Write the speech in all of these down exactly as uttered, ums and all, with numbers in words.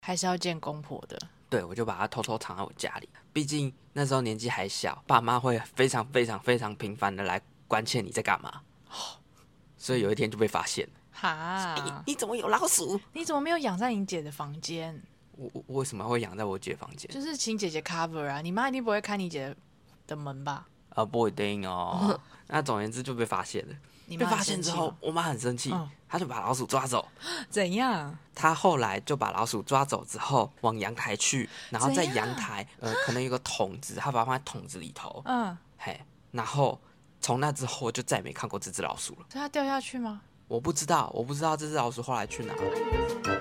还是要见公婆的。 对，我就把它偷偷藏在我家里，毕竟那时候年纪还小，爸妈会非常非常非常频繁的来关切你在干嘛，所以有一天就被发现了。 哈、 欸，你怎么有老鼠？ 你怎么没有养在你姐的房间？ 我我为什么会养在我姐房间？ 就是请姐姐 cover 啊，你妈一定不会开你姐的门吧？ 啊，不一定哦。那总而言之就被发现了。被发现之后，我妈很生气，嗯、她就把老鼠抓走。 怎样？ 她后来就把老鼠抓走之后，往阳台去，然后在阳台，呃，可能有个桶子，她把它放在桶子里头。嗯，嘿，然后从那之后就再也没看过这只老鼠了。 所以它掉下去吗？ 我不知道，我不知道这只老鼠后来去哪了。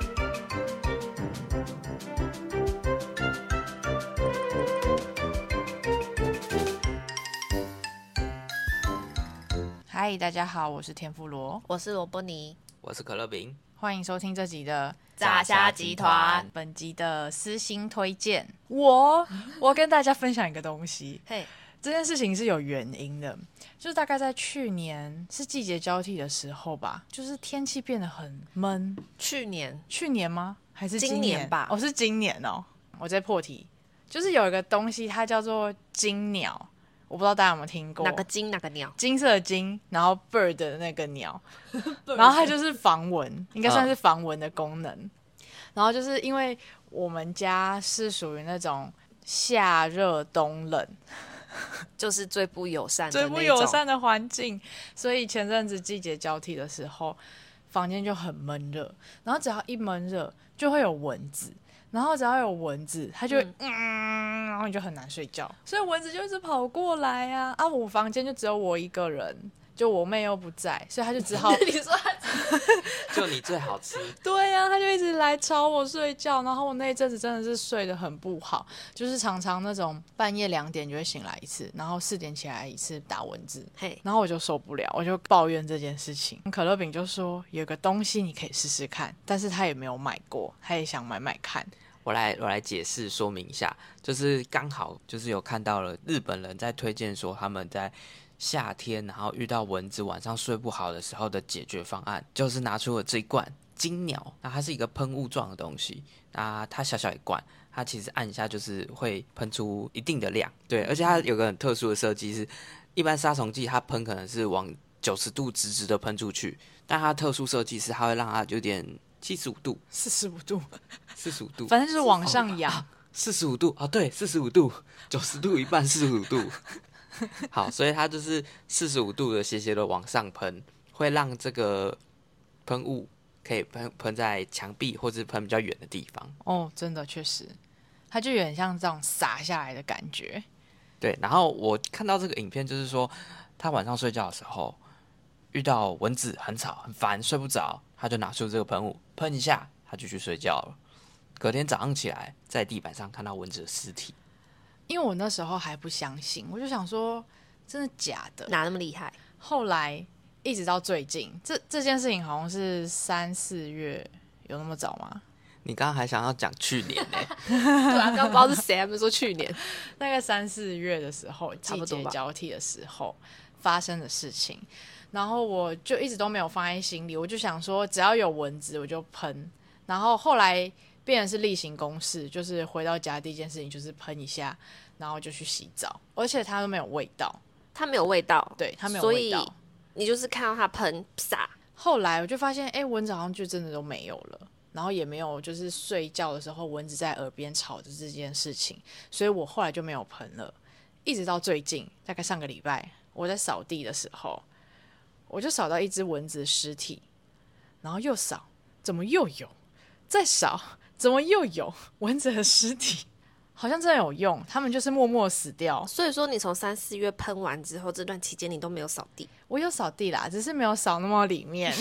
嗨，大家好，我是田妇罗， 我是罗伯尼， 我是可乐饼， 欢迎收听这集的炸虾集团。 本集的私心推荐，我我跟大家分享一个东西。嘿，这件事情是有原因的，就是大概在去年是季节交替的时候吧，就是天气变得很闷。 去年？ 去年吗？还是今年？ 今年吧？ 哦，是今年哦。我在破题，就是有一个东西，它叫做金鸟。我不知道大家有没有听过， 哪个金哪个鸟？ 金色的金，然后 bird 的那个鸟，然后它就是防蚊，应该算是防蚊的功能。嗯、然后就是因为我们家是属于那种夏热冬冷， 就是最不友善的最不友善的环境，所以前阵子季节交替的时候，房间就很闷热，然后只要一闷热，就会有蚊子。然后只要有蚊子，它就会嗯，嗯，然后你就很难睡觉，所以蚊子就一直跑过来啊！啊，我房间就只有我一个人，就我妹又不在，所以他就只好你说他就你最好吃。 对呀、啊，他就一直来吵我睡觉，然后我那一阵子真的是睡得很不好，就是常常那种半夜两点就会醒来一次，然后四点起来一次打蚊子，嘿，然后我就受不了，我就抱怨这件事情。可乐饼就说有个东西你可以试试看，但是他也没有买过，他也想买买看。 我来我来解释说明一下，就是刚好就是有看到了日本人在推荐说他们在夏天然后遇到蚊子晚上睡不好的时候的解决方案，就是拿出了这一罐金鸟。那它是一个喷雾状的东西，那它小小一罐，它其实按一下就是会喷出一定的量，对，而且它有个很特殊的设计，是一般杀虫剂它喷可能是往九十度直直的喷出去，但它特殊设计是它会让它有点七十五度、 四十五度、 四十五度， 反正就是往上扬。 四十五度啊，对，四十五度，九十度一半，四十五度。好，所以它就是四十五度的斜斜的往上喷，会让这个喷雾可以喷喷在墙壁或者喷比较远的地方。 哦，真的确实，它就有点像这样洒下来的感觉。 对，然后我看到这个影片，就是说他晚上睡觉的时候遇到蚊子很吵很烦睡不着，他就拿出这个喷雾喷一下，他就去睡觉了。隔天早上起来，在地板上看到蚊子的尸体。 因为我那时候还不相信，我就想说真的假的， 哪那么厉害？ 后来一直到最近，这这件事情好像是三四月，有那么早吗？ 你刚刚还想要讲去年呢、欸？ 对啊，刚刚不知道是谁，他们说去年大概三四月的时候，季节交替的时候发生的事情，然后我就一直都没有放在心里，我就想说只要有蚊子我就喷，然后后来变成是例行公事，就是回到家第一件事情就是喷一下，然后就去洗澡，而且它都没有味道， 它没有味道， 对，它没有味道， 所以你就是看到它喷洒。 后来我就发现，哎、欸，蚊子好像就真的都没有了，然后也没有就是睡觉的时候蚊子在耳边吵着这件事情，所以我后来就没有喷了，一直到最近，大概上个礼拜我在扫地的时候，我就扫到一只蚊子的尸体，然后又扫，怎么又有？再扫。怎么又有蚊子的尸体？好像真的有用，他们就是默默死掉。 所以说，你从三四月喷完之后，这段期间你都没有扫地？ 我有扫地啦，只是没有扫那么里面。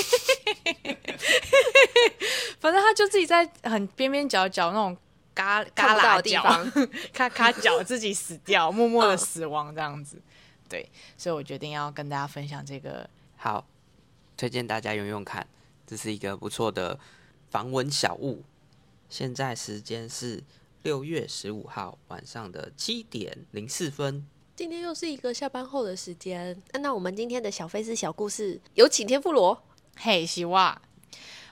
反正他就自己在很边边角角那种旮旮旯的地方， 咔咔角自己死掉，默默的死亡这样子。对，所以我决定要跟大家分享这个。 好，推荐大家用用看，这是一个不错的防蚊小物。现在时间是六月十五号晚上的七点零四分。 今天又是一个下班后的时间，那我们今天的小飞丝小故事有请天妇罗。 嘿，希望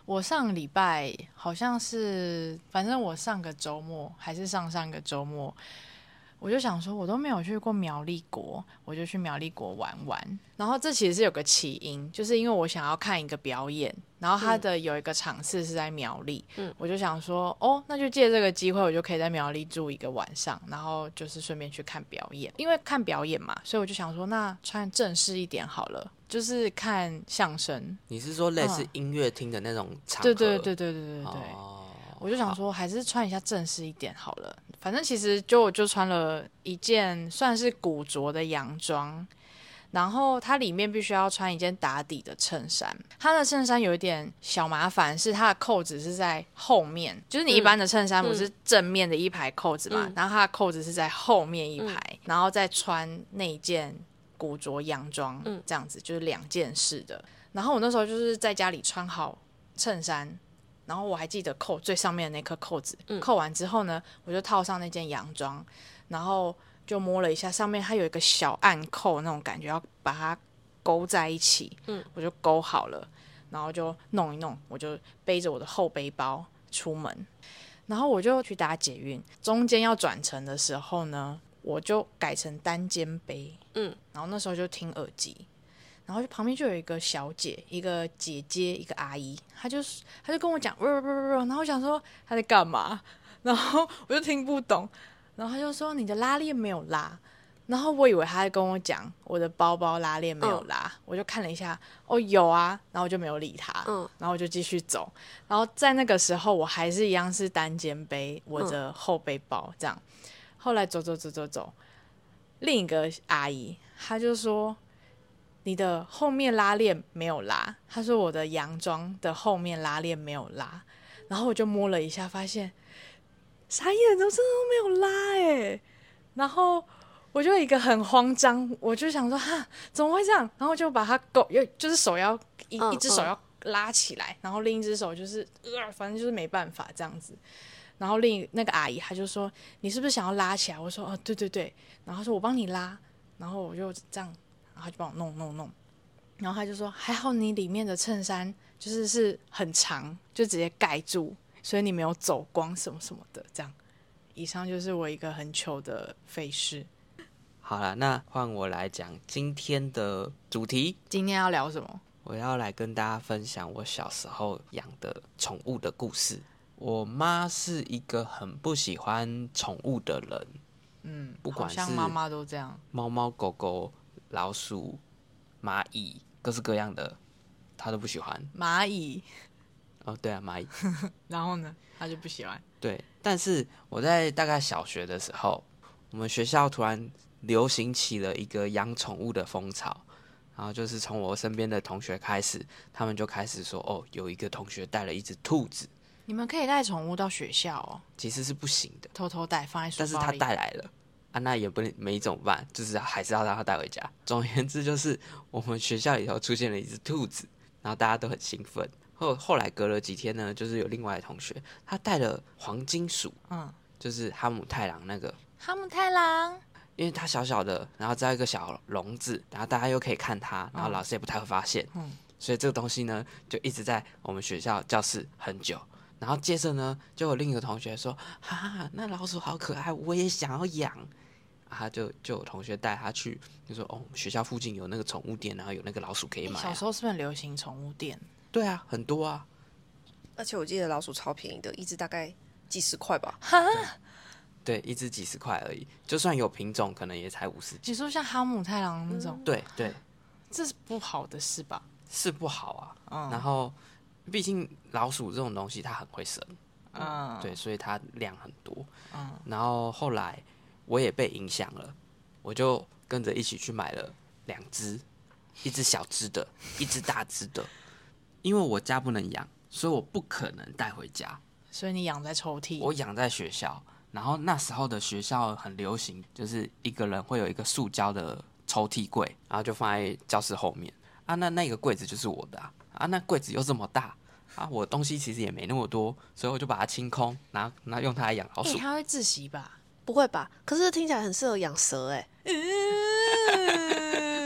我上个礼拜好像是，反正我上个周末还是上上个周末，我就想说，我都没有去过苗栗国，我就去苗栗国玩玩。然后这其实是有个起因，就是因为我想要看一个表演，然后它的有一个场次是在苗栗，嗯，我就想说，哦，那就借这个机会，我就可以在苗栗住一个晚上，然后就是顺便去看表演。因为看表演嘛，所以我就想说，那穿正式一点好了，就是看相声。 你是说类似音乐厅的那种场合？ 对对对对对对对对。 哦， 我就想说，还是穿一下正式一点好了。反正其实就我就穿了一件算是古着的洋装，然后它里面必须要穿一件打底的衬衫。它的衬衫有一点小麻烦，是它的扣子是在后面，就是你一般的衬衫不是正面的一排扣子嘛，嗯、然后它的扣子是在后面一排，嗯、然后再穿那一件古着洋装，嗯、这样子就是两件式的。然后我那时候就是在家里穿好衬衫。然后我还记得扣最上面的那颗扣子，嗯、扣完之后呢，我就套上那件洋装，然后就摸了一下上面，它有一个小暗扣那种感觉，要把它勾在一起，嗯、我就勾好了，然后就弄一弄，我就背着我的后背包出门，然后我就去搭捷运，中间要转乘的时候呢，我就改成单肩背，嗯，然后那时候就听耳机。然后就旁边就有一个小姐，一个姐姐，一个阿姨，她就她就跟我讲，然后我想说她在干嘛，然后我就听不懂，然后她就说你的拉链没有拉，然后我以为她在跟我讲我的包包拉链没有拉，嗯、我就看了一下，哦有啊，然后我就没有理她，嗯、然后我就继续走，然后在那个时候我还是一样是单肩背，我的后背包这样，后来走走走走走，另一个阿姨她就说。你的后面拉链没有拉，他说我的洋装的后面拉链没有拉，然后我就摸了一下，发现傻眼，怎么真的都没有拉哎，然后我就一个很慌张，我就想说哈怎么会这样，然后就把它勾，就是手要一、嗯、一只手要拉起来，然后另一只手就是、呃、反正就是没办法这样子，然后另那个阿姨她就说你是不是想要拉起来，我说哦对对对，然后她说我帮你拉，然后我就这样。然后他就帮我弄弄弄，然后他就说还好你里面的衬衫就是是很长，就直接盖住，所以你没有走光什么什么的。这样，以上就是我一个很糗的费事。 好了，那换我来讲今天的主题。 今天要聊什么？ 我要来跟大家分享我小时候养的宠物的故事。我妈是一个很不喜欢宠物的人，嗯，不管是好像妈妈都这样， 猫猫狗狗。老鼠、蚂蚁，各式各样的，他都不喜欢。 蚂蚁， 哦，对啊，蚂蚁。 然后呢，他就不喜欢。 对，但是我在大概小学的时候，我们学校突然流行起了一个养宠物的风潮，然后就是从我身边的同学开始，他们就开始说，哦，有一个同学带了一只兔子。 你们可以带宠物到学校哦？ 其实是不行的， 偷偷带放在书包里。 但是他带来了。啊，那也不能没怎么办，就是还是要让他带回家。总而言之，就是我们学校里头出现了一只兔子，然后大家都很兴奋。后后来隔了几天呢，就是有另外的同学，他带了黄金鼠，嗯，就是哈姆太郎那个哈姆太郎， 因为它小小的，然后在一个小笼子，然后大家又可以看它，然后老师也不太会发现，嗯，所以这个东西呢，就一直在我们学校教室很久。然后接着呢，就有另一个同学说：“哈哈，那老鼠好可爱，我也想要养。”他就就有同学带他去，就说：“哦，我们学校附近有那个宠物店，然后有那个老鼠可以买、啊。” 小时候是不是很流行宠物店？ 对啊，很多啊。 而且我记得老鼠超便宜的，一只大概几十块吧。 哈， 对，一只几十块而已，就算有品种，可能也才五十几。 你说像哈姆太郎那种？ 嗯、对对， 这是不好的事吧？ 是不好啊。嗯、然后。毕竟老鼠这种东西它很会生，嗯，对，所以它量很多，嗯，然后后来我也被影响了，我就跟着一起去买了两只，一只小只的，一只大只的，因为我家不能养，所以我不可能带回家， 所以你养在抽屉， 我养在学校，然后那时候的学校很流行，就是一个人会有一个塑胶的抽屉柜，然后就放在教室后面啊，那那个柜子就是我的啊。啊，那柜子又这么大啊，我的东西其实也没那么多，所以我就把它清空，然后然后用它来养老鼠。 欸、它会窒息吧？ 不会吧？可是听起来很适合养蛇哎、欸。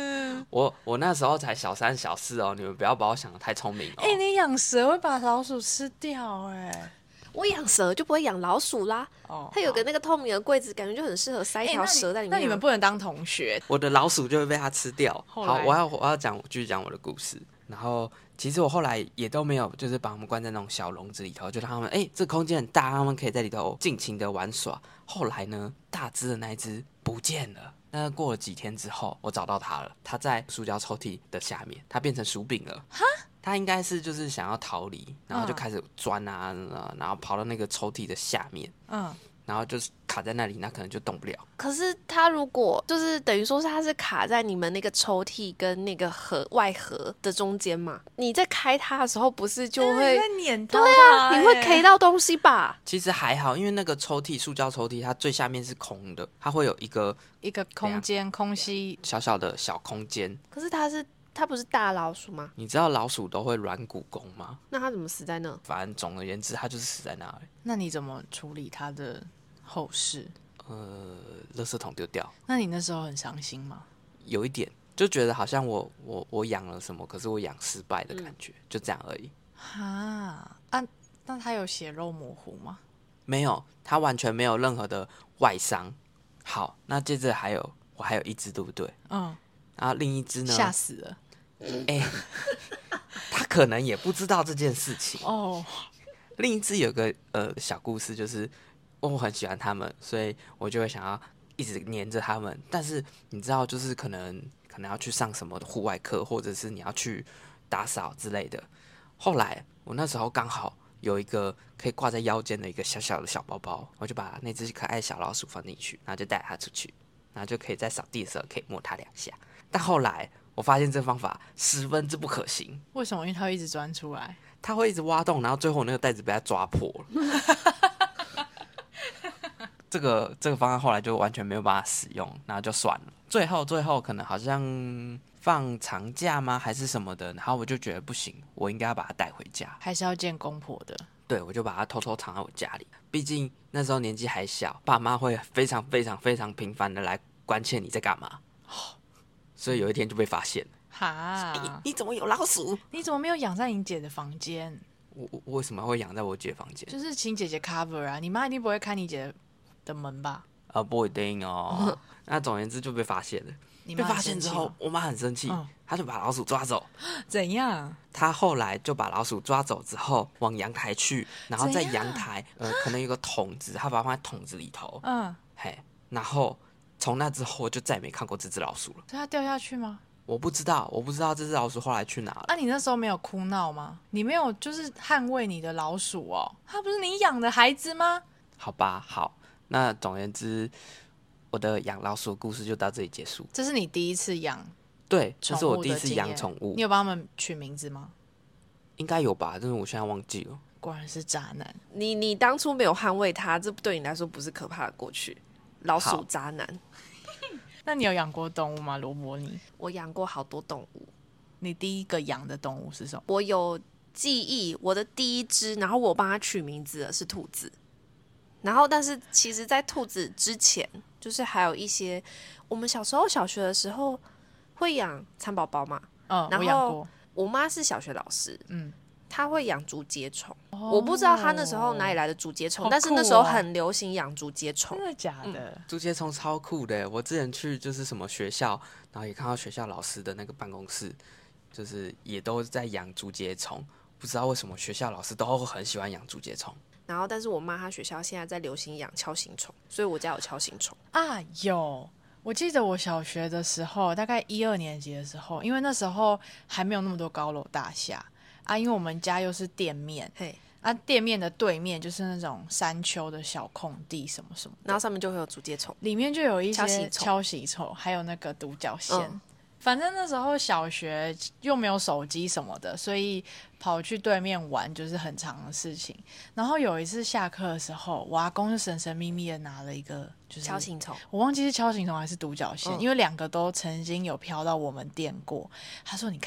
我我那时候才小三小四哦，你们不要把我想的太聪明哦。 哎、你养蛇会把老鼠吃掉哎、 我养蛇就不会养老鼠啦。 哦， 它有个那个透明的柜子，感觉就很适合塞一条哎那你蛇在里面、啊那你们不能当同学。 我的老鼠就会被它吃掉。好， 后来我要我要讲继续讲我的故事。然后其实我后来也都没有，就是把他们关在那种小笼子里头，就让他们哎、这空间很大，他们可以在里头尽情的玩耍。后来呢，大只的那一只不见了。那过了几天之后，我找到它了，它在塑胶抽屉的下面，它变成薯饼了。哈，它应该是就是想要逃离，然后就开始钻啊，嗯、然后跑到那个抽屉的下面， 嗯， 然后就是卡在那里，那可能就动不了。 可是它如果就是等于说是它是卡在你们那个抽屉跟那个盒外盒的中间嘛，你在开它的时候不是就会、 在碾到对它啊，你会欸 K 到东西吧？ 其实还好，因为那个抽屉，塑胶抽屉，它最下面是空的，它会有一个一个空间空隙。 小小的小空间。 可是它是它不是大老鼠吗？ 你知道老鼠都会软骨功吗？ 那它怎么死在那？ 反正总而言之，它就是死在那里。 那你怎么处理它的后事？ 呃，垃圾桶丢掉， 那你那时候很伤心吗？ 有一点就觉得好像我我我养了什么，可是我养失败的感觉，就这样而已。 哈啊，那它有血肉模糊吗？ 没有，它完全没有任何的外伤。好，那接着还有我还有一只，对不对？ 嗯， 然后另一只呢？ 吓死了。 哎、他可能也不知道这件事情。 哦， 另一只有个呃小故事，就是我很喜欢它们，所以我就会想要一直黏着它们。但是你知道，就是可能可能要去上什么户外课，或者是你要去打扫之类的。后来我那时候刚好有一个可以挂在腰间的一个小小的小包包，我就把那只可爱的小老鼠放进去，然后就带它出去，然后就可以在扫地的时候可以摸它两下。但后来我发现这方法十分之不可行。 为什么？因为它会一直钻出来。 它会一直挖洞，然后最后那个袋子被它抓破了。这个这个方案后来就完全没有办法使用，然后就算了。最后最后可能好像放长假吗还是什么的，然后我就觉得不行，我应该要把它带回家。 还是要见公婆的。 对，我就把它偷偷藏在我家里。毕竟那时候年纪还小，爸妈会非常非常非常频繁的来关切你在干嘛，所以有一天就被发现了。 哈， 欸你怎么有老鼠？ 你怎么没有养在你姐的房间？ 我我我为什么会养在我姐房间？ 就是请姐姐 cover 啊，你妈一定不会开你姐的门吧？ 啊，不一定哦。那总而言之就被发现了。被你妈发现之后很生气吗， 我妈很生气， 嗯她就把老鼠抓走。 怎样？ 她后来就把老鼠抓走之后，往阳台去，然后在怎样阳台，呃，可能有个桶子，她把它放在桶子里头， 嗯， 嘿，然后从那之后我就再也没看过这只老鼠了。 所以它掉下去吗？ 我不知道，我不知道这只老鼠后来去哪了。 啊，你那时候没有哭闹吗？你没有就是捍卫你的老鼠哦？它不是你养的孩子吗？ 好吧，好，那总而言之，我的养老鼠的故事就到这里结束。 这是你第一次养对，这是宠我第一次物的经验养宠物你，有帮他们取名字吗？ 应该有吧？但是我现在忘记了。 果然是渣男。 你你当初没有捍卫它，这对你来说不是可怕的过去。老鼠好渣男， 那你有养过动物吗？罗伯尼， 我养过好多动物， 你第一个养的动物是什么？ 我有记忆，我的第一只，然后我帮它取名字的是兔子。然后，但是其实，在兔子之前，就是还有一些，我们小时候小学的时候会养蚕宝宝嘛。 嗯， 然后我养过。 我妈是小学老师， 嗯， 她会养竹节虫。 哦我不知道她那时候哪里来的竹节虫， 好但是那酷哦时候很流行养竹节虫真。的假的？ 竹节虫超酷的，我之前去就是什么学校，然后也看到学校老师的那个办公室，就是也都在养竹节虫。不知道为什么学校老师都很喜欢养竹节虫。 然后，但是我妈她学校现在在流行养锹形虫，所以我家有锹形虫。 啊，有。我记得我小学的时候，大概一二年级的时候，因为那时候还没有那么多高楼大厦啊，因为我们家又是店面， 嘿， 啊，店面的对面就是那种山丘的小空地，什么什么的， 然后上面就会有竹节虫。 里面就有一些锹形虫锹形虫，还有那个独角仙。 嗯反正那时候小学又没有手机什么的，所以跑去对面玩就是很长的事情。然后有一次下课的时候，我阿公就神神秘秘的拿了一个就是锹形虫， 我忘记是锹形虫还是独角仙， 嗯因为两个都曾经有飘到我们店过。他说：“你看，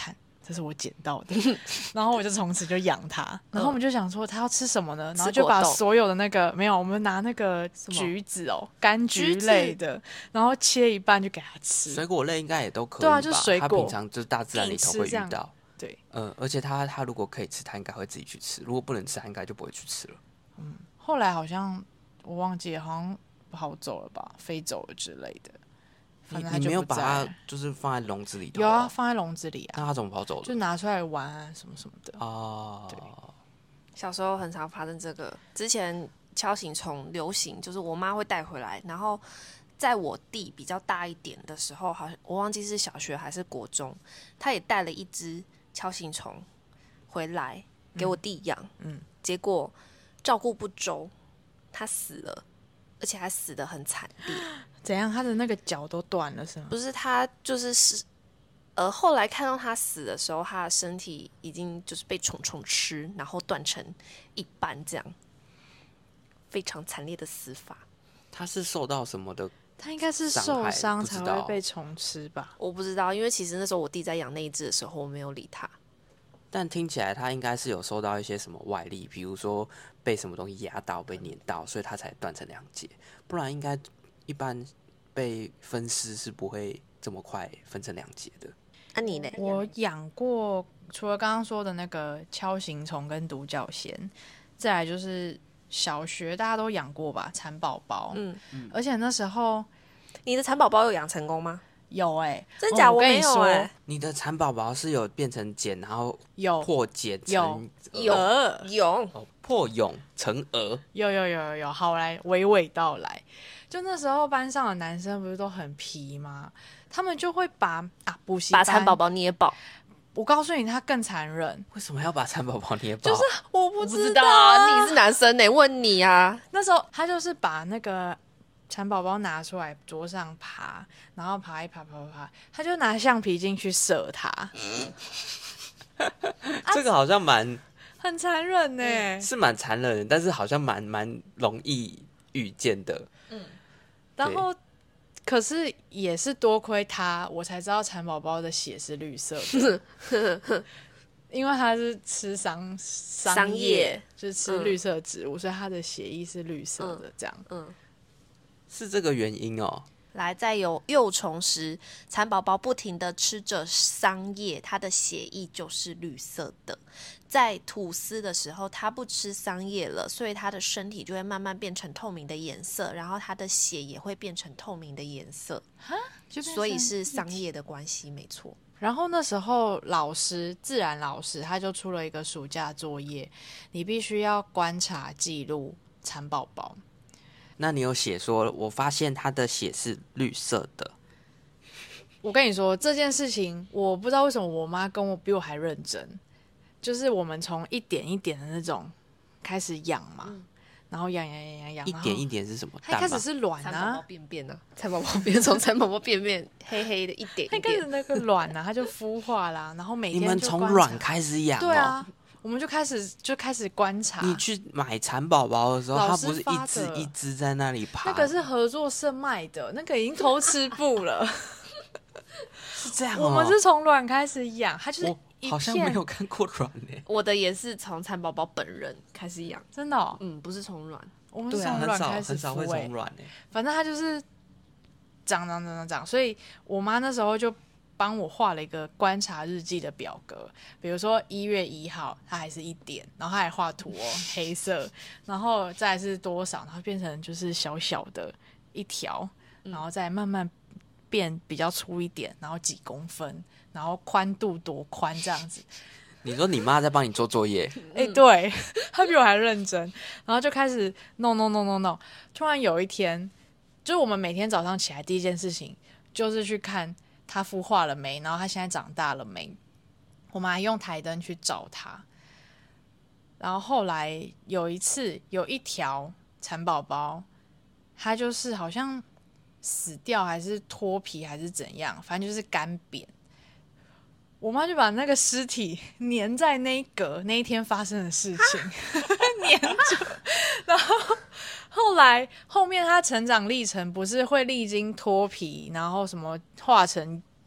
这是我捡到的，然后我就从此就养它。然后我们就想说它要吃什么呢？然后就把所有的那个没有，我们拿那个橘子哦，柑橘类的，然后切一半就给它吃。 水果类应该也都可以吧？ 对啊，就是水果， 它平常就是大自然里头会遇到。 对， 嗯，而且它它如果可以吃，它应该会自己去吃；如果不能吃，它应该就不会去吃了。 嗯，后来好像我忘记了，好像跑走了吧，飞走了之类的。 你你没有把它就是放在笼子里头、啊？ 有啊，放在笼子里啊。 那它怎么跑走了？ 就拿出来玩啊，什么什么的。 哦， 对， 小时候很常发生这个。之前锹形虫流行，就是我妈会带回来，然后在我弟比较大一点的时候，好像我忘记是小学还是国中，他也带了一只锹形虫回来给我弟养。嗯，结果照顾不周，他死了，而且还死得很惨烈。 怎样？他的那个脚都断了是吗？ 不是，他就是是，呃，后来看到他死的时候，他的身体已经就是被虫虫吃，然后断成一半，这样非常惨烈的死法。 他是受到什么的？ 他应该是受伤才会被虫吃吧？ 我不知道，因为其实那时候我弟在养那一只的时候，我没有理他。 但听起来他应该是有受到一些什么外力，比如说被什么东西压到、被碾到，所以他才断成两截。不然应该一般被分尸是不会这么快分成两截的。 那、啊、你呢？ 我养过，除了刚刚说的那个锹形虫跟独角仙，再来就是小学大家都养过吧，蚕宝宝。嗯嗯。而且那时候你的蚕宝宝有养成功吗？ 有哎、欸， 真假？ 我没有哎、 欸。 你的蚕宝宝是有变成茧，然后有破茧成有有、 哦、破蛹成蛾。 有有有有有，好，我来娓娓道来。就那时候班上的男生不是都很皮吗？他们就会把啊补习班把蚕宝宝捏爆。 我告诉你，他更残忍。 为什么要把蚕宝宝捏爆？ 就是我不知道， 我不知道啊，你是男生呢、欸，问你啊。 那时候他就是把那个蚕宝宝拿出来桌上爬，然后爬一爬爬爬爬，他就拿橡皮筋去射它。 这个好像蛮很残忍呢、欸， 是蛮残忍的，但是好像蛮蛮容易遇见的。 嗯，然后可是也是多亏他，我才知道蚕宝宝的血是绿色的，因为他是吃桑桑叶，就是吃绿色植物，嗯、所以他的血液是绿色的，这样。嗯。嗯， 是这个原因哦。 来，在有幼虫时，蚕宝宝不停的吃着桑叶，它的血液就是绿色的。在吐丝的时候，它不吃桑叶了，所以它的身体就会慢慢变成透明的颜色，然后它的血也会变成透明的颜色。所以是桑叶的关系，没错。 然后那时候老师，自然老师他就出了一个暑假作业，你必须要观察记录蚕宝宝。 那你有写说，我发现他的血是绿色的。 我跟你说这件事情，我不知道为什么我妈跟我比我还认真。就是我们从一点一点的那种开始养嘛，嗯、然后养养养养养， 一点一点是什么？ 它开始是卵啊， 蚕宝宝便便啊，蚕宝宝便从蚕宝宝便便黑黑的一点一点， 它开始那个卵啊，它就孵化啦，然后每天你们从卵开始养、哦， 对啊。我们就开始就开始观察。 你去买蚕宝宝的时候，它不是一只一只在那里爬？ 那个是合作社卖的，那个已经偷吃布了。 是这样、哦， 我们是从卵开始养，它就是一片。 好像没有看过卵呢。 我的也是从蚕宝宝本人开始养， 真的、哦？ 嗯，不是从卵。 我们是从卵开始、欸， 很少会从卵呢。 反正它就是长长长长长，所以我妈那时候就帮我画了一个观察日记的表格，比如说一月一号它还是一点，然后它还画图哦，黑色，然后再来是多少，然后变成就是小小的一条，然后再慢慢变比较粗一点，然后几公分，然后宽度多宽这样子。 你说你妈在帮你做作业？ 哎、欸，对，她比我还认真，然后就开始弄弄弄弄弄。突然有一天，就是我们每天早上起来第一件事情就是去看他孵化了没，然后他现在长大了没。我们还用台灯去照他。然后后来有一次，有一条蚕宝宝，它就是好像死掉还是脱皮还是怎样，反正就是干扁。我妈就把那个尸体粘在那一格那一天发生的事情粘住，然后后来后面她成长历程不是会历经脱皮，然后什么化成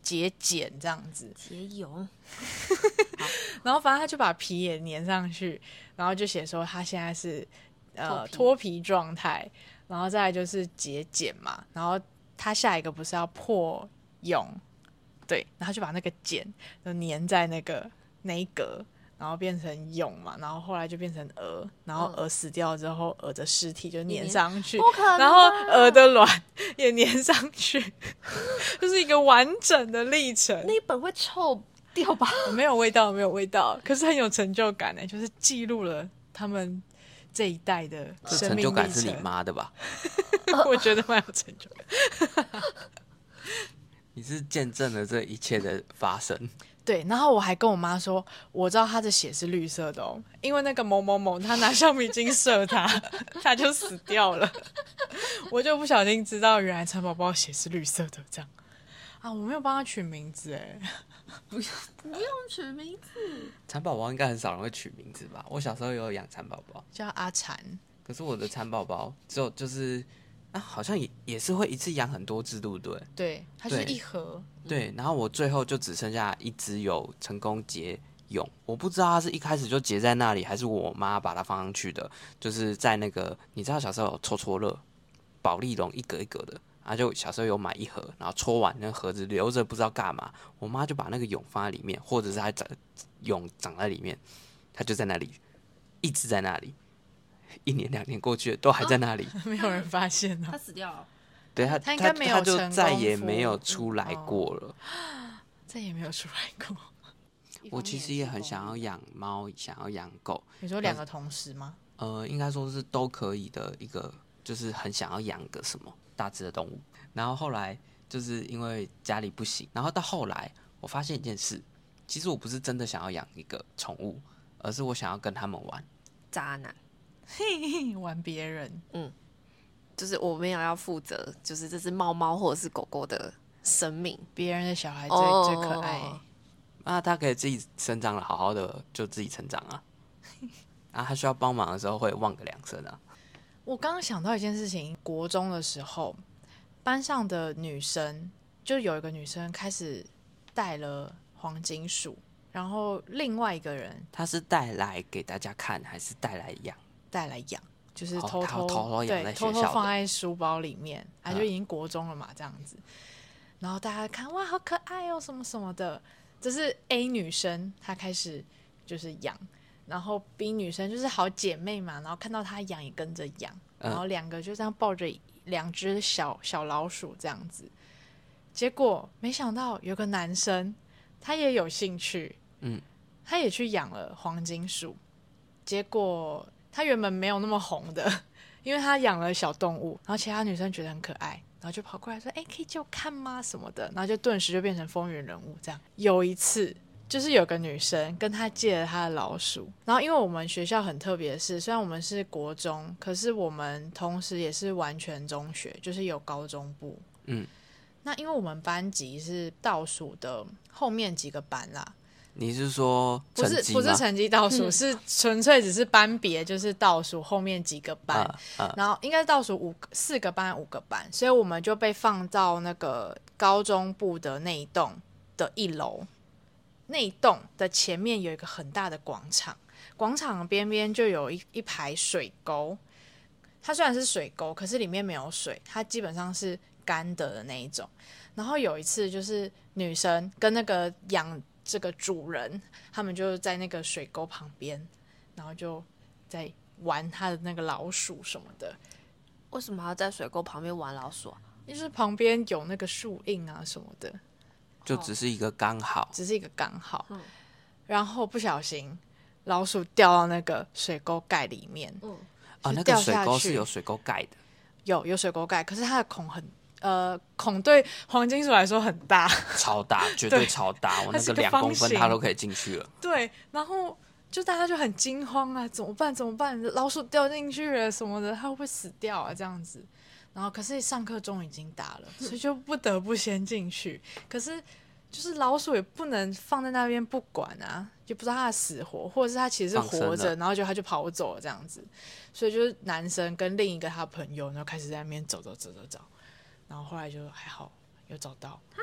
结茧这样子， 结蛹。 然后反正他就把皮也粘上去，然后就写说他现在是呃脱脱皮状态，然后再来就是结茧嘛，然后他下一个不是要破蛹，对，然后就把那个茧就粘在那个那一格，然后变成蛹嘛，然后后来就变成蛾，然后蛾死掉之后，蛾的尸体就粘上去， 不可能吧然后蛾的卵也粘上去，就是一个完整的历程。 那一本会臭掉吧？ 没有味道，没有味道，可是很有成就感呢，就是记录了他们这一代的这生命历程。 成就感是你妈的吧？ 我觉得蛮有成就感。 你是见证了这一切的发生。 对，然后我还跟我妈说，我知道他的血是绿色的哦，因为那个某某某他拿橡皮筋射他，他就死掉了。我就不小心知道，原来蚕宝宝血是绿色的，这样啊，我没有帮他取名字哎。 不用取名字。 蚕宝宝应该很少人会取名字吧？我小时候也有养蚕宝宝， 叫阿蚕。 可是我的蚕宝宝只有就是啊，好像也也是会一次养很多只，对不对？ 对，它就是对一盒。 对，然后我最后就只剩下一只有成功结蛹，我不知道它是一开始就结在那里，还是我妈把它放上去的。就是在那个，你知道小时候有戳戳乐、保利龙一格一格的，然后就小时候有买一盒，然后戳完那个盒子留着不知道干嘛，我妈就把那个蛹放在里面，或者是它长蛹长在里面，它就在那里，一直在那里，一年两年过去了都还在那里， 没有人发现哦。 他死掉了。 对它， 它应该没有它就成功再也孵没有出来过了。 再也没有出来过。 我其实也很想要养猫，想要养狗。 你说两个同时吗？ 呃，应该说是都可以的一个，就是很想要养个什么大只的动物。然后后来就是因为家里不行，然后到后来我发现一件事，其实我不是真的想要养一个宠物，而是我想要跟他们玩。 渣男。 玩别人。 嗯，就是我没有要负责，就是这只猫猫或者是狗狗的生命， 别人的小孩最、 哦最可爱。 那它可以自己生长了，好好的就自己成长啊。啊，它需要帮忙的时候会望个两声啊。 我刚刚想到一件事情，国中的时候，班上的女生就有一个女生开始带了黄金鼠，然后另外一个人它是带来给大家看，还是带来养？ 带来养，就是哦偷偷、 偷偷养在对， 学校的偷偷放在书包里面，啊， 嗯就已经国中了嘛，这样子。然后大家看哇，好可爱哦，什么什么的。这是 A 女生，她开始就是养，然后 B 女生就是好姐妹嘛，然后看到她养也跟着养， 嗯然后两个就这样抱着两只小小老鼠这样子。结果没想到有个男生，他也有兴趣， 嗯， 他也去养了黄金鼠，结果他原本没有那么红的，因为他养了小动物，然后其他女生觉得很可爱，然后就跑过来说：“哎、可以借我看吗？”什么的，然后就顿时就变成风云人物。这样有一次，就是有个女生跟他借了他的老鼠，然后因为我们学校很特别的是，虽然我们是国中，可是我们同时也是完全中学，就是有高中部。 嗯， 那因为我们班级是倒数的后面几个班啦， 你是说不成绩吗？ 是不是成绩倒数，是纯粹只是班别，就是倒数后面几个班， 嗯嗯然后应该是倒数五四个班五个班，所以我们就被放到那个高中部的那一栋的一楼，那一栋的前面有一个很大的广场，广场边边就有一一排水沟，它虽然是水沟，可是里面没有水，它基本上是干的的那一种。然后有一次就是女生跟那个养这个主人，他们就在那个水沟旁边，然后就在玩他的那个老鼠什么的。 为什么要在水沟旁边玩老鼠啊？ 就是旁边有那个树荫啊什么的， 就只是一个刚好。 只是一个刚好。 嗯然后不小心老鼠掉到那个水沟盖里面， 嗯， 啊， 就那个水掉下去沟是有水沟盖的。 有有水沟盖，可是它的孔很呃孔对黄金鼠来说很大， 超大，绝对超大，我那它是个个两公方形分它都可以进去了。 对，然后就大家就很惊慌啊，怎么办？怎么办？老鼠掉进去了什么的，它会不会死掉啊？这样子。然后可是上课钟已经打了，所以就不得不先进去。可是就是老鼠也不能放在那边不管啊，就不知道它的死活，或者是它其实是活着， 放生了然后就它就跑走了这样子。所以就是男生跟另一个他朋友，然后开始在那边走走走走走，然后后来就还好有找到。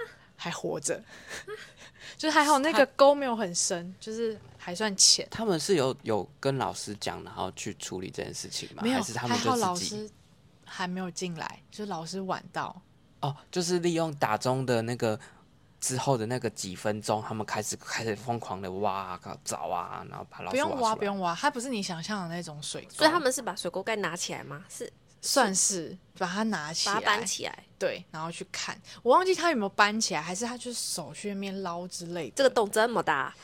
还活着，就是还好那个沟没有很深，就是还算浅。 他们是有有跟老师讲，然后去处理这件事情吗？ 没有， 还是他们还好就自己？ 老师还没有进来，就是老师晚到。 哦，就是利用打钟的那个之后的那个几分钟，他们开始开始疯狂的挖找啊，然后把老鼠不用挖， 出来。 不用挖，它不是你想象的那种水沟， 所以他们是把水沟盖拿起来吗？是算是把它拿起来， 把它搬起来。 对，然后去看。我忘记他有没有搬起来，还是他就是手去那边捞之类的。 这个洞这么大，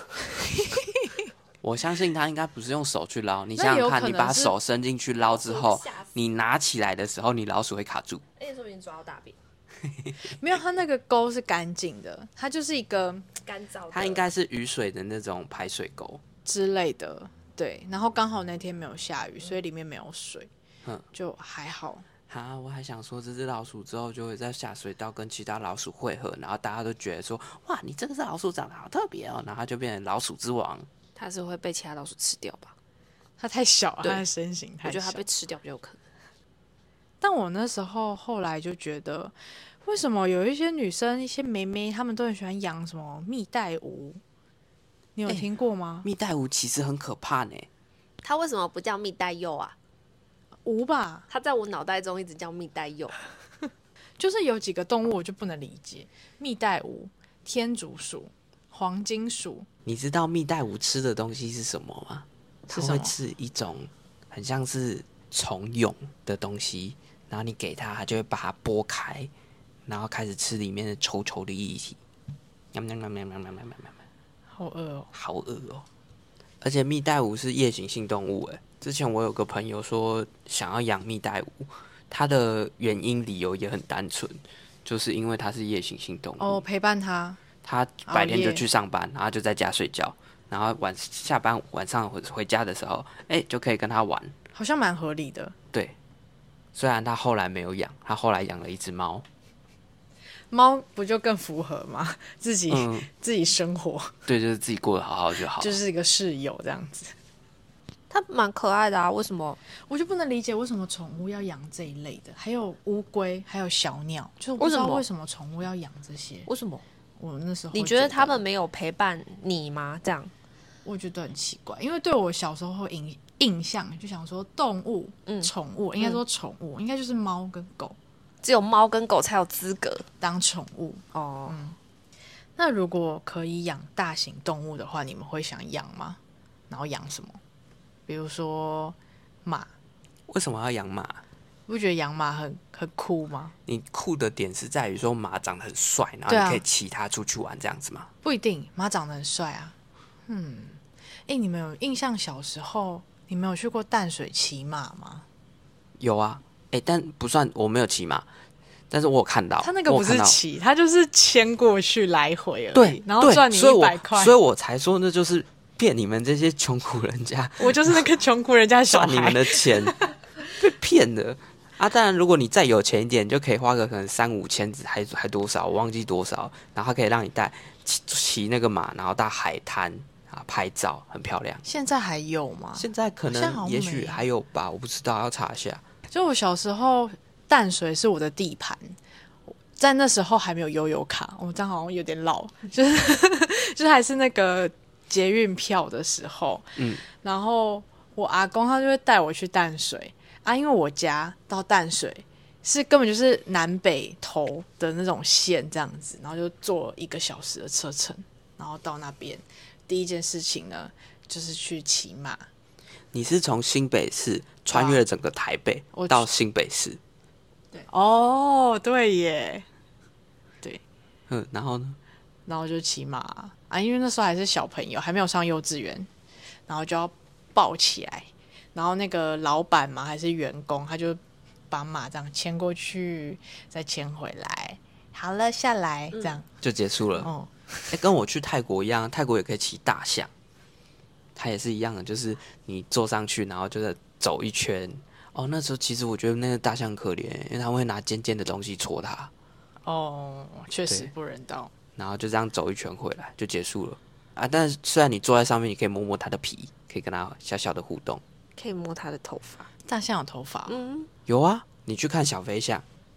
我相信他应该不是用手去捞，你那想想看， 有可能你把是手伸进去捞之后吓死， 你拿起来的时候，你老鼠会卡住。 而且说不定抓到大便， 没有，它那个沟是干净的，它就是一个干燥的。 它应该是雨水的那种排水沟。 之类的，对。然后刚好那天没有下雨，所以里面没有水， 嗯， 就还好。 哈，我还想说，这只老鼠之后就会在下水道跟其他老鼠汇合，然后大家都觉得说，哇，你这个只老鼠长得好特别哦，然后它就变成老鼠之王。 它是会被其他老鼠吃掉吧？ 它太小了， 对它的身形太小。 我觉得它被吃掉比较有可能。 但我那时候后来就觉得，为什么有一些女生、一些妹妹，她们都很喜欢养什么蜜袋鼯？你有欸听过吗？ 蜜袋鼯其实很可怕呢。 它为什么不叫蜜袋鼬啊？ 鼯吧， 它在我脑袋中一直叫蜜袋鼬。 就是有几个动物我就不能理解，蜜袋鼯、天竺鼠、黄金鼠。 你知道蜜袋鼯吃的东西是什么吗？它是什么会吃一种很像是虫蛹的东西，然后你给它，它就会把它剥开，然后开始吃里面的稠稠的液体。喵喵喵喵喵喵喵喵喵， 好饿哦！ 好恶哦！而且蜜袋鼯是夜行性动物，哎，之前我有个朋友说想要养蜜袋鼯，他的原因理由也很单纯，就是因为它是夜行性动物。 哦，陪伴它。 他白天就去上班，然后就在家睡觉，然后晚下班晚上回回家的时候，哎、欸，就可以跟他玩， 好像蛮合理的。 对，虽然他后来没有养，他后来养了一只猫。 猫不就更符合吗？自己、 嗯、 自己生活， 对，就是自己过得好好就好， 就是一个室友这样子。 它蛮可爱的啊，为什么？ 我就不能理解为什么宠物要养这一类的，还有乌龟，还有小鸟，就是我不知道为什么宠物要养这些。 为什么？ 我那时候你觉得他们没有陪伴你吗？这样我觉得很奇怪，因为对我小时候印印象就想说，动物、 嗯宠物，应该说宠物，应该就是猫跟狗， 只有猫跟狗才有资格当宠物哦。 嗯，那如果可以养大型动物的话，你们会想养吗？然后养什么？比如说马。 为什么要养马？ 不觉得养马很很酷吗？ 你酷的点是在于说马长得很帅，然后你可以骑它出去玩这样子吗？ 不一定，马长得很帅啊。嗯，哎、欸，你们有印象小时候，你们有去过淡水骑马吗？ 有啊，哎、欸，但不算，我没有骑马，但是我有看到。 他那个不是骑，他就是牵过去来回而已， 对， 然后赚你一百块， 所以我才说那就是骗你们这些穷苦人家。 我就是那个穷苦人家小孩， 赚你们的钱，被骗的。啊，当然，如果你再有钱一点，就可以花个可能三五千，还还多少，我忘记多少，然后它可以让你带骑骑那个马，然后到海滩啊拍照，很漂亮。 现在还有吗？ 现在可能也许还有吧，我不知道，要查一下。 就我小时候，淡水是我的地盘，在那时候还没有悠游卡，我、哦、这样好像有点老，就是就是还是那个捷运票的时候， 嗯， 然后我阿公他就会带我去淡水。啊，因为我家到淡水是根本就是南北头的那种线这样子，然后就坐一个小时的车程，然后到那边第一件事情呢就是去骑马。 你是从新北市穿越了整个台北、啊、到新北市？ 对，哦，对耶，对， 嗯，然后呢？ 然后就骑马啊，因为那时候还是小朋友，还没有上幼稚园，然后就要抱起来。然后那个老板嘛，还是员工，他就把马这样牵过去，再牵回来，好了，下来，这样、嗯、 就结束了。哦，哎，跟我去泰国一样，泰国也可以骑大象，它也是一样的，就是你坐上去，然后就是走一圈。哦，那时候其实我觉得那个大象很可怜，因为它会拿尖尖的东西戳它。 哦，确实不人道。 然后就这样走一圈回来就结束了啊！但是虽然你坐在上面，你可以摸摸它的皮，可以跟它小小的互动。 可以摸它的头发， 大象有头发、哦？ 嗯， 有啊，你去看小飞象，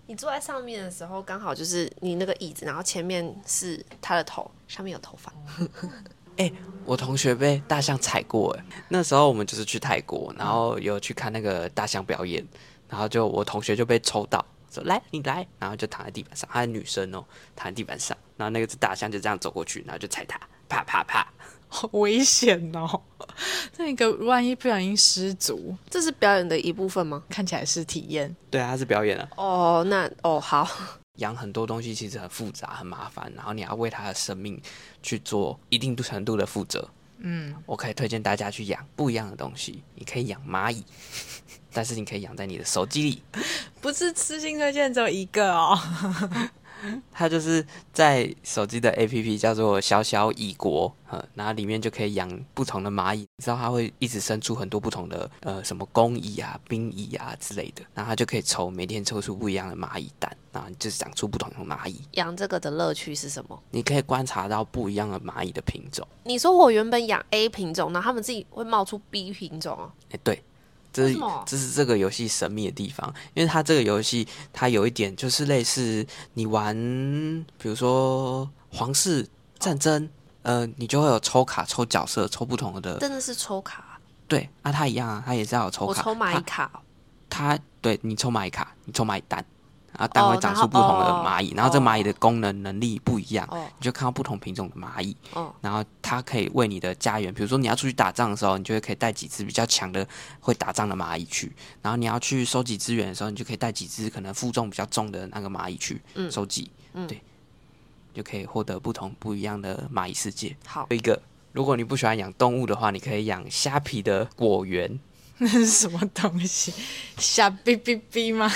你坐在上面的时候，刚好就是你那个椅子，然后前面是他的头，上面有头发。 哎、欸，我同学被大象踩过哎，那时候我们就是去泰国，然后有去看那个大象表演，然后就我同学就被抽到，说来你来，然后就躺在地板上，她是女生哦，躺在地板上，然后那个只大象就这样走过去，然后就踩她，啪啪啪， 好危险哦！那个万一不小心失足， 这是表演的一部分吗？ 看起来是体验。 对啊，他是表演啊。 哦，那哦好。 养很多东西其实很复杂很麻烦，然后你要为它的生命去做一定程度的负责。嗯，我可以推荐大家去养不一样的东西。你可以养蚂蚁，但是你可以养在你的手机里。 不是私信推荐只有一个哦。 它就是在手机的 A P P 叫做小小蚁国，然后里面就可以养不同的蚂蚁。你知道它会一直生出很多不同的呃什么工蚁啊、兵蚁啊之类的，然后它就可以抽每天抽出不一样的蚂蚁蛋，然后就长出不同的蚂蚁。 养这个的乐趣是什么？ 你可以观察到不一样的蚂蚁的品种。 你说我原本养 A 品种，然后他们自己会冒出 B 品种哦？ 哎，对。这是这是这个游戏神秘的地方，因为它这个游戏它有一点就是类似你玩，比如说皇室战争，哦、呃，你就会有抽卡、抽角色、抽不同的。 真的是抽卡？ 对，啊，它一样啊，它也是要有抽卡。 我抽蚂蚁卡、哦。 它对你抽蚂蚁卡，你抽蚂蚁蛋。然后蛋会长出不同的蚂蚁，哦、然, 后然后这蚂蚁的功能能力不一样，哦、你就看到不同品种的蚂蚁，哦、然后它可以为你的家园，比如说你要出去打仗的时候，你就会可以带几只比较强的会打仗的蚂蚁去，然后你要去收集资源的时候，你就可以带几只可能负重比较重的那个蚂蚁去收集，嗯、对，就可以获得不同不一样的蚂蚁世界。 好， 一个如果你不喜欢养动物的话，你可以养虾皮的果园。 那是什么东西？虾哔哔哔吗？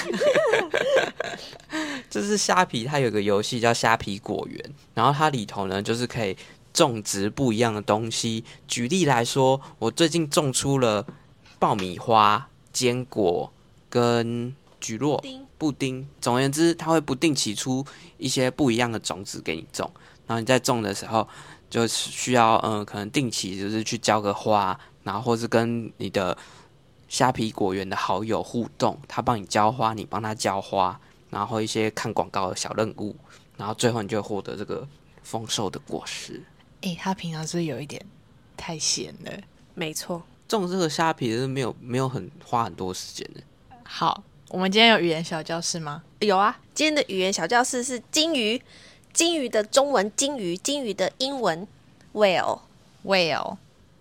这是虾皮，它有个游戏叫虾皮果园，然后它里头呢就是可以种植不一样的东西。举例来说，我最近种出了爆米花、坚果跟蒟蒻、布丁。总而言之，它会不定期出一些不一样的种子给你种，然后你在种的时候就需要嗯、呃，可能定期就是去浇个花，然后或是跟你的虾皮果园的好友互动，他帮你浇花，你帮他浇花，然后一些看广告的小任务，然后最后你就会获得这个丰收的果实。 哎、欸，他平常是不是有一点太闲了？ 没错， 种这个虾皮是没有没有很花很多时间的。 好，我们今天有语言小教室吗？ 有啊，今天的语言小教室是金鱼，金鱼的中文金鱼，金鱼的英文 whale whale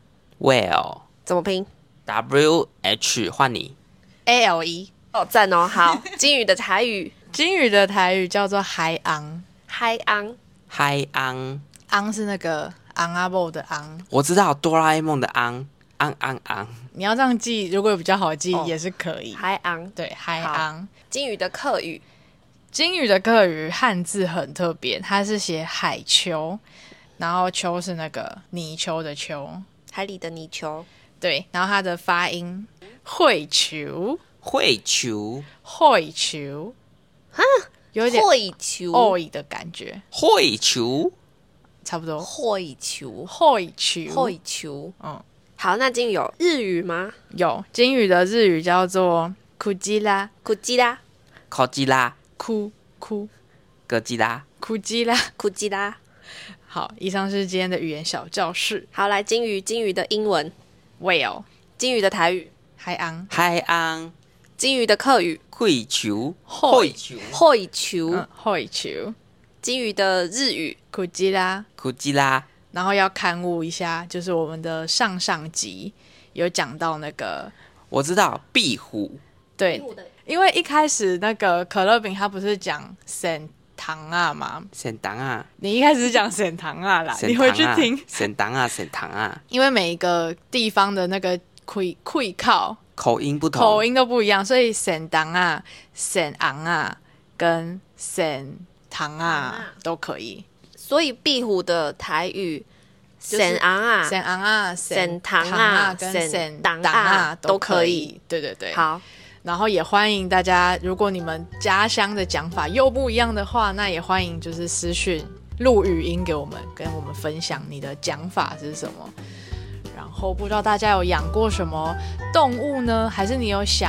whale 怎么拼 ？W H 换你 A L E 哦，赞哦！好，金鱼的台语， 金鱼的台语叫做海昂， 海昂， 海昂， 昂是那个昂阿布的昂， 我知道哆啦 A 梦的昂，昂昂昂。 你要这样记，如果比较好记、哦、也是可以。 海昂， 对，海昂。 金鱼的客语， 金鱼的客语汉字很特别，它是写海球，然后球是那个泥鳅的球， 海里的泥鳅。 对，然后它的发音会球， 会球， 会球， 哈， 有点会球 oi 的感觉， 会球， 差不多， 会球， 会球， 会球， 嗯， 好，那金鱼有日语吗？ 有，金鱼的日语叫做库吉拉， 库吉拉， 科吉拉， 库库， 哥吉拉， 库吉拉， 库吉拉。 好，以上是今天的语言小教室。 好，来金鱼，金鱼的英文 whale， 金鱼的台语海昂， 海昂， 金鱼的客语会球， 会球， 会球， 嗯，会球， 金鱼的日语库吉拉， 库吉拉。 然后要刊物一下，就是我们的上上集有讲到那个， 我知道壁虎， 对，因为一开始那个可乐饼他不是讲沈糖啊嘛， 沈糖啊， 你一开始讲沈糖啊啦，你回去听沈糖啊，沈糖啊， 因为每一个地方的那个会会靠口音不同， 口音都不一样，所以沈糖啊、沈昂啊跟沈糖啊都可以。 所以壁虎的台语沈昂啊、 沈昂啊、 沈糖啊跟沈糖啊都可以。对对对， 好。 然后也欢迎大家，如果你们家乡的讲法又不一样的话，那也欢迎就是私讯录语音给我们，跟我们分享你的讲法是什么。然后不知道大家有养过什么动物呢？还是你有想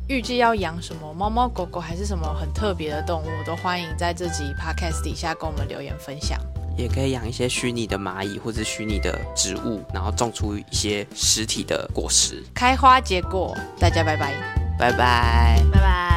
预计要养什么猫猫狗狗还是什么很特别的动物，都欢迎在这集 podcast 底下跟我们留言分享。 也可以养一些虚拟的蚂蚁或者虚拟的植物，然后种出一些实体的果实， 开花结果。大家拜拜， 拜拜， 拜拜。